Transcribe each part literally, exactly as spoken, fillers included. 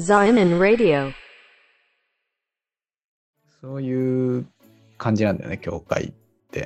Zion Radio。 そういう感じなんだよね、教会って。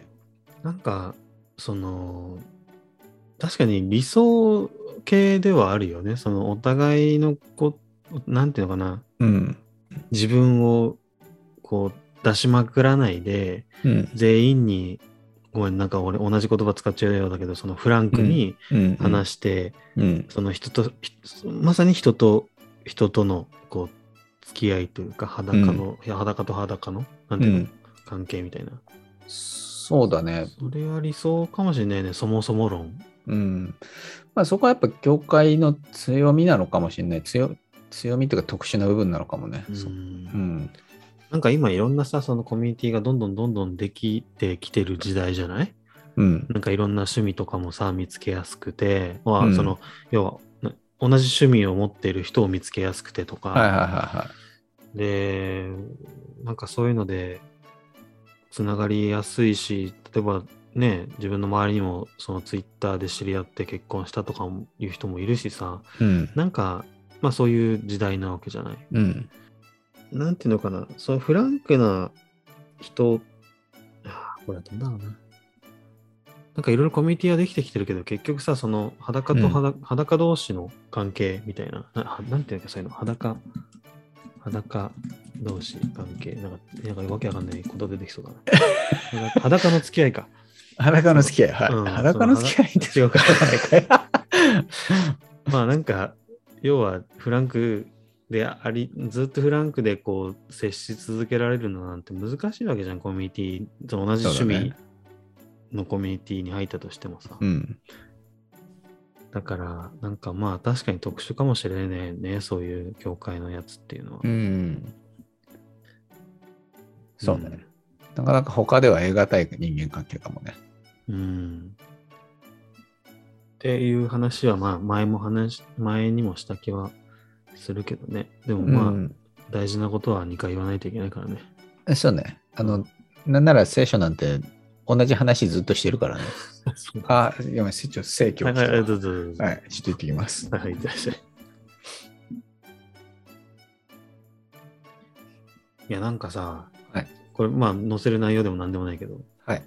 なんか、その、確かに理想系ではあるよね。そのお互いのこ、なんていうのかな、 うん。 自分をこう出しまくらないで、 うん。 全員に、ごめん、なんか俺同じ言葉使っちゃうようだけど、そのフランクにうん。 話して、 うん。 その人と、ひまさに人と人とのこう付き合いというか、裸の、いや裸と裸の、なんていうの、 うん関係みたいな。 そうだね。 それは理想かもしれないね、そもそも論。 うん。まあそこはやっぱ教会の強みなのかもしれない。強、強みというか特殊な部分なのかもね。 うんそううん。 なんか今いろんなさ、そのコミュニティがどんどんどんどんできてきてる時代じゃない？ うん。 なんかいろんな趣味とかもさ、見つけやすくて、まあ、 うんその、要は、な同じ趣味を持っている人を見つけやすくてとか、 はいはいはいはで、なんかそういうので、つながりやすいし、例えばね、自分の周りにもそのツイッターで知り合って結婚したとかいう人もいるしさ、 い。うん。 なんか、まあそういう時代なわけじゃない。 うん。 なんていうのかな、そのフランクな人、あーこれはどうだろうな。なんかいろいろコミュニティはできてきてるけど、結局さ、その裸と裸,、裸同士の関係みたいな、な、なんていうかそういうの、裸、裸同士関係、なんか、なんかわけわかんないこと出てきそうだな。裸裸の付き合いか。 裸の付き合い。はい。 うん裸の付き合いって違うか。 か。 まあなんか、要はフランクであり、ずっとフランクでこう接し続けられるのなんて難しいわけじゃん、コミュニティ、その同じ趣味のコミュニティに入ったとしてもさ。 うん。 だから、なんかまあ確かに特殊かもしれないね、そういう教会のやつっていうのは。 うん。そうね。なかなか他では得難い人間関係かもね。 うん。うんっていう話はまあ前も話、前にもした気はするけどね。でもまあ、 うん大事なことはにかい言わないといけないからね。 そうね。あの、なんなら聖書なんて同じ話ずっとしてるからね。あ、ごめん、ちょっと聖教はいはい、 来たわどうぞどうぞ。 はい、ちょっと行ってきます。 はい、いってらっしゃい。いや、なんかさ、 はいこれまあ載せる内容でもなんでもないけど、 はい。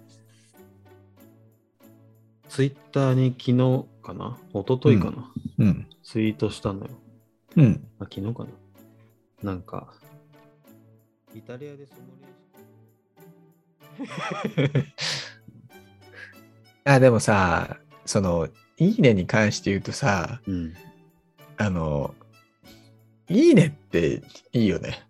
ツイッターに昨日かな一昨日かな、 うん。 ツイートしたのよ。 うん。 あ、昨日かななんか、イタリアでソムリエあ、でもさ、その、いいねに関して言うとさ、 うん。 あの、いいねっていいよね。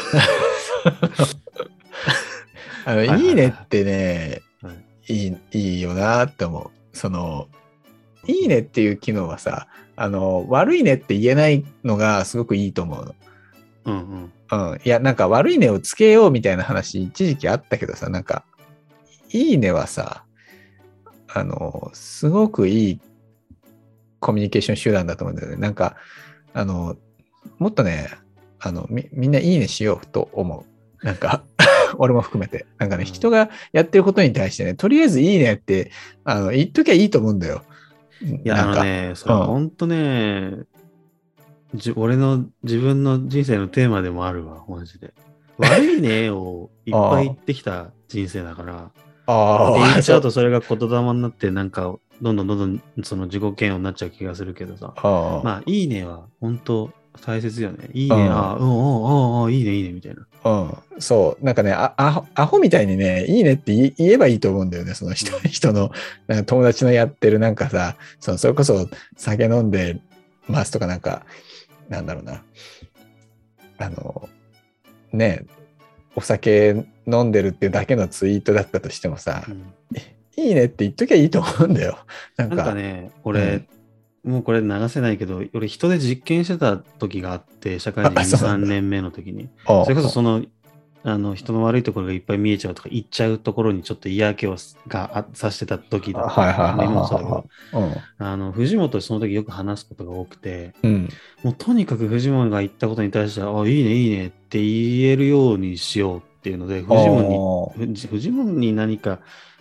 あの、 はいはいはいいいねってね、 はいいい、いいよなって思う。その、いいねっていう機能はさ、あの、悪いねって言えないのがすごくいいと思うの。 うんうん。 うん。いや、なんか悪いねをつけようみたいな話、一時期あったけどさ、なんか、いいねはさ、あの、すごくいいコミュニケーション手段だと思うんだよね。なんか、あの、もっとね、あの、み、みんないいねしようと思う。なんか、俺も含めて。なんかね、 うん人がやってることに対してね、とりあえずいいねって、あの、言っときゃいいと思うんだよ。 いや、 なんか、 あのね、それうんほんとね、じ俺の自分の人生のテーマでもあるわ、マジで。悪いねをいっぱい言ってきた人生だから、 あで言あ、 っちゃうそう。 とそれが言霊になってなんかどんどんどんどんその自己嫌悪になっちゃう気がするけどさ。 あまあいいねは本当大切よね。いいね、 うんああ、うんうんうんうん、いいねいいねみたいな。 あ、うん、そう。なんかね、あアホアホみたいにね、いいねって言言えばいいと思うんだよね。その人、 うん人の、なんか友達のやってるなんかさ、そのそれこそ酒飲んでますとかなんか、なんだろうな。あの、ね、お酒飲んでるっていうだけのツイートだったとしてもさ、 うんいいねって言っときゃいいと思うんだよ。なんか、 なんかね、俺、もうこれ流せないけど、俺人で実験してた時があって、社会人あに、 そうなんださんねんめの時に。 あそれこそその、あの人の悪いところがいっぱい見えちゃうとか言っちゃうところにちょっと嫌気をがあさしてた時だった。 はいはいはいはい今もそうだけど、 はいあの藤本とその時よく話すことが多くて、 うん。うん。 もうとにかく藤本が言ったことに対しては、あ、いいねいいねって言えるようにしようっていうので、藤本に、 あー藤藤本に何か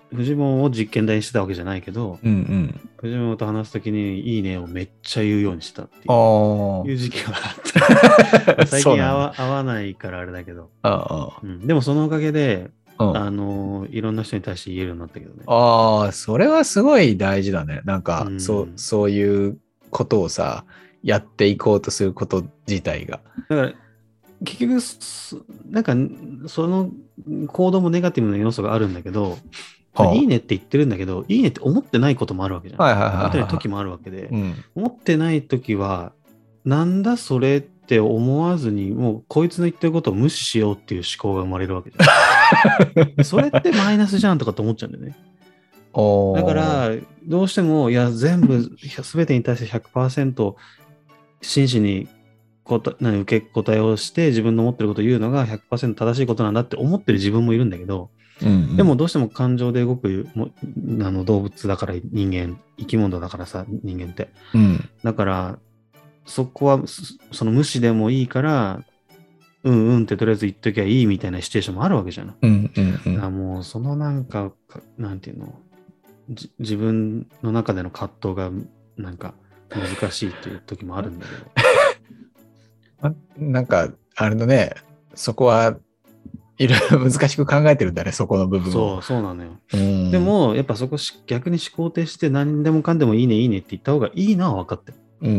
フジモンを実験台にしてたわけじゃないけど、 うんうん。 フジモンと話すときにいいねをめっちゃ言うようにしたっていう。 あいう時期があった。最近会わ会わないからあれだけど。 あ。 うん、でもそのおかげで、 うん、 あのー、いろんな人に対して言えるようになったけどね。 ああ、それはすごい大事だね。なんか、 うん、 そう、そういうことをさ、やっていこうとすること自体が。 だから、結局、なんか、その行動もネガティブな要素があるんだけど、 はあ、 いいねって言ってるんだけど、いいねって思ってないこともあるわけじゃん。 はいはいはいはい、 思ってない時もあるわけで、 うん、 思ってない時は、なんだそれって思わずに、もうこいつの言ってることを無視しようっていう思考が生まれるわけじゃん。それってマイナスじゃんとかって思っちゃうんだよね。だから、どうしても、いや、全部、すべてに対して ひゃくパーセント 真摯に答何受け答えをして自分の思ってることを言うのが ひゃくパーセント 正しいことなんだって思ってる自分もいるんだけど、 うんうん、 でもどうしても感情で動くもあの動物だから人間、生き物だからさ、人間って。 うん、 だから、そこはその無視でもいいから、うんうんってとりあえず言っときゃいいみたいなシチュエーションもあるわけじゃん。 うんうんうん、 だからもうそのなんか、なんていうの、自分の中での葛藤がなんか難しいっていう時もあるんだけど。なんか、あれだね、そこはいろいろ難しく考えてるんだね、そこの部分を。 そう、そうなのよ。 うん、 でも、やっぱそこ逆に思考停して何でもかんでもいいね、いいねって言った方がいいのは分かってる。 うんうん。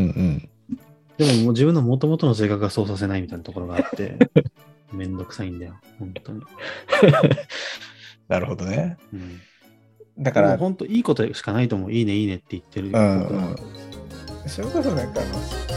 でももう自分の元々の性格がそうさせないみたいなところがあって、めんどくさいんだよ、本当に。 なるほどね。 うん、 だから、 本当いいことしかないと思う。いいね、いいねって言ってる。 うんうん、それこそなんかあの、